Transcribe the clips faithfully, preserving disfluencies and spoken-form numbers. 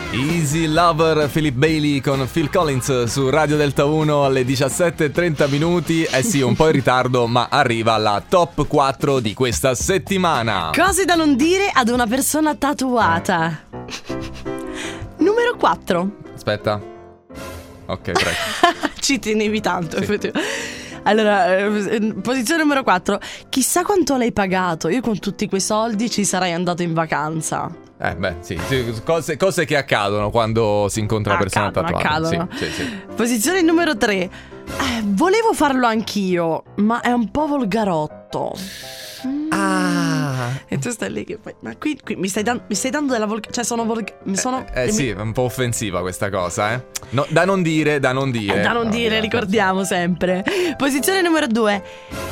Easy Lover, Philip Bailey con Phil Collins su Radio Delta uno alle diciassette e trenta minuti. Eh sì, un po' in ritardo, ma arriva la top quattro di questa settimana. Cose da non dire ad una persona tatuata. Numero quattro. Aspetta. Ok, prego. Ci tenevi tanto, Sì. effettivamente. Allora, eh, posizione numero quattro. Chissà quanto l'hai pagato. Io con tutti quei soldi ci sarei andato in vacanza. Eh beh, sì, sì, cose, cose che accadono quando si incontra una persona Accadono, tatuata. accadono. Sì, sì, sì. Posizione numero tre. Eh, volevo farlo anch'io, ma è un po' volgarotto. Ah. E tu stai lì che poi. Ma qui, qui mi, stai dan- mi stai dando della volga. Cioè sono volga- mi sono Eh, eh mi- sì, è un po' offensiva questa cosa, eh. No, da non dire, da non dire. Eh, da non No, dire, no, ricordiamo sempre. Posizione numero due.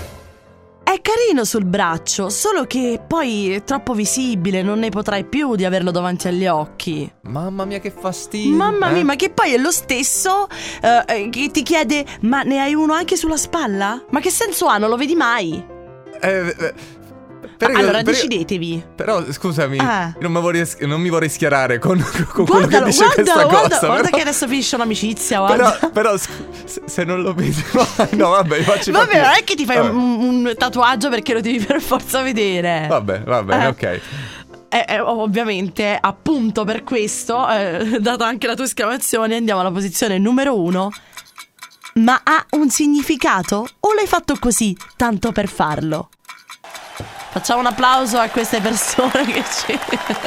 È carino sul braccio, solo che poi è troppo visibile, non ne potrai più di averlo davanti agli occhi. Mamma mia, che fastidio. Mamma eh? mia, ma che poi è lo stesso eh, eh, che ti chiede: ma ne hai uno anche sulla spalla? Ma che senso ha? Non lo vedi mai? Eh, eh, per- Allora per- decidetevi. Però scusami, Ah. non, mi vorrei, non mi vorrei schierare con, con quello che Guardalo, dice guarda, questa guarda, cosa. guarda però, che adesso finisce un'amicizia, guarda. però, però scu- se, se non lo vedi, no, vabbè, facci Vabbè, capire. non è che ti fai Vabbè. un, un tatuaggio perché lo devi per forza vedere. Vabbè, va bene, Eh. ok. Eh, eh, ovviamente, appunto per questo, eh, data anche la tua esclamazione, andiamo alla posizione numero uno. Ma ha un significato o l'hai fatto così, tanto per farlo? Facciamo un applauso a queste persone che ci...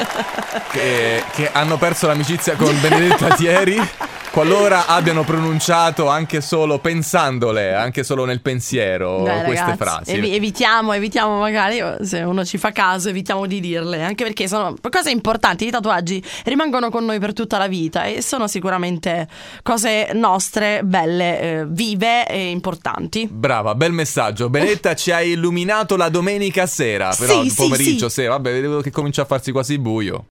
Che, che hanno perso l'amicizia con Benedetta Thieri qualora abbiano pronunciato anche solo pensandole, anche solo nel pensiero, Dai, queste ragazzi, frasi. evi- evitiamo, evitiamo magari, se uno ci fa caso, evitiamo di dirle, anche perché sono cose importanti. I tatuaggi rimangono con noi per tutta la vita e sono sicuramente cose nostre, belle, eh, vive e importanti. Brava, bel messaggio. Benedetta, ci hai illuminato la domenica sera. Però Sì, il sì, pomeriggio, sì. sera, vabbè, vedevo che comincia a farsi quasi buio.